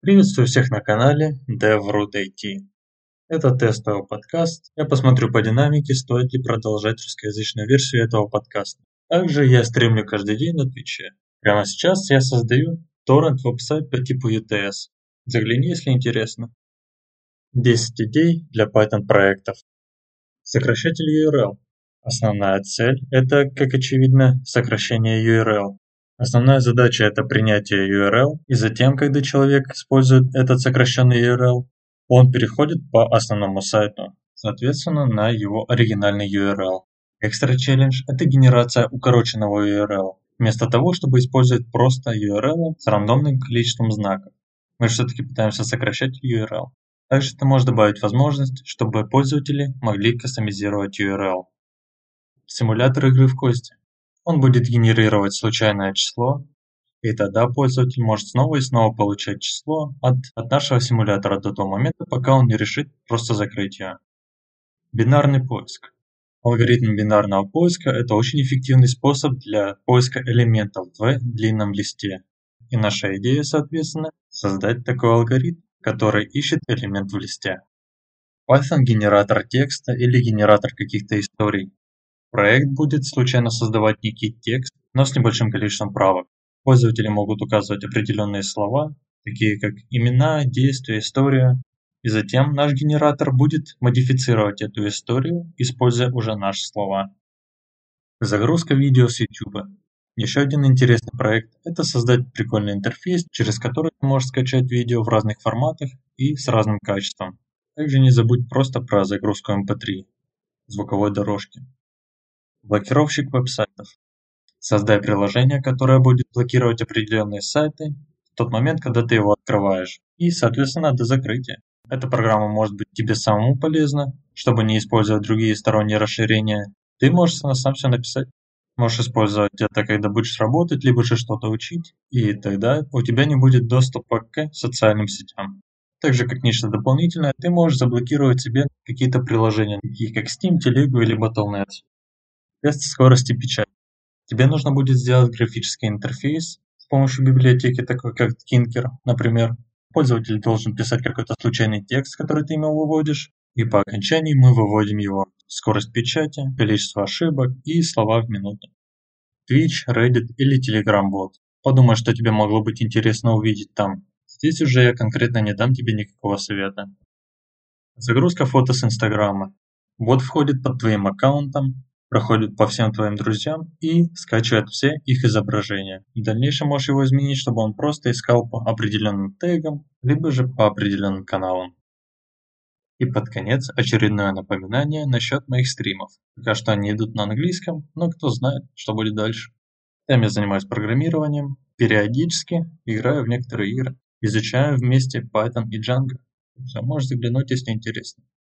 Приветствую всех на канале DevRoot IT. Это тестовый подкаст. Я посмотрю по динамике, стоит ли продолжать русскоязычную версию этого подкаста. Также я стримлю каждый день на Twitch. Прямо сейчас я создаю торрент веб-сайт по типу UTS. Загляни, если интересно. 10 идей для Python проектов. Сокращатель URL. Основная цель – это, как очевидно, сокращение URL. Основная задача – это принятие URL, и затем, когда человек использует этот сокращенный URL, он переходит по основному сайту, соответственно, на его оригинальный URL. Extra Challenge – это генерация укороченного URL, вместо того, чтобы использовать просто URL с рандомным количеством знаков. Мы все-таки пытаемся сокращать URL. Также это может добавить возможность, чтобы пользователи могли кастомизировать URL. Симулятор игры в кости. Он будет генерировать случайное число, и тогда пользователь может снова и снова получать число от нашего симулятора до того момента, пока он не решит просто закрыть ее. Бинарный поиск. Алгоритм бинарного поиска – это очень эффективный способ для поиска элементов в длинном листе. И наша идея, соответственно, создать такой алгоритм, который ищет элемент в листе. Python – генератор текста или генератор каких-то историй. Проект будет случайно создавать некий текст, но с небольшим количеством правок. Пользователи могут указывать определенные слова, такие как имена, действия, история, и затем наш генератор будет модифицировать эту историю, используя уже наши слова. Загрузка видео с YouTube. Еще один интересный проект – это создать прикольный интерфейс, через который ты можешь скачать видео в разных форматах и с разным качеством. Также не забудь просто про загрузку MP3, звуковой дорожки. Блокировщик веб-сайтов. Создай приложение, которое будет блокировать определенные сайты в тот момент, когда ты его открываешь, и, соответственно, до закрытия. Эта программа может быть тебе самому полезна, чтобы не использовать другие сторонние расширения. Ты можешь сам все написать. Можешь использовать это, когда будешь работать, либо же что-то учить, и тогда у тебя не будет доступа к социальным сетям. Также, как нечто дополнительное, ты можешь заблокировать себе какие-то приложения, такие как Steam, Telegram или Battle.net. Тест скорости печати. Тебе нужно будет сделать графический интерфейс с помощью библиотеки, такой как Tinker, например. Пользователь должен писать какой-то случайный текст, который ты ему выводишь, и по окончании мы выводим его скорость печати, количество ошибок и слова в минуту. Twitch, Reddit или Telegram бот. Подумай, что тебе могло быть интересно увидеть там. Здесь уже я конкретно не дам тебе никакого совета. Загрузка фото с Инстаграма. Бот входит под твоим аккаунтом, проходит по всем твоим друзьям и скачивает все их изображения. В дальнейшем можешь его изменить, чтобы он просто искал по определенным тегам, либо же по определенным каналам. И под конец очередное напоминание насчет моих стримов. Пока что они идут на английском, но кто знает, что будет дальше. Там я занимаюсь программированием, периодически играю в некоторые игры, изучаю вместе Python и Django. Можешь заглянуть, если интересно.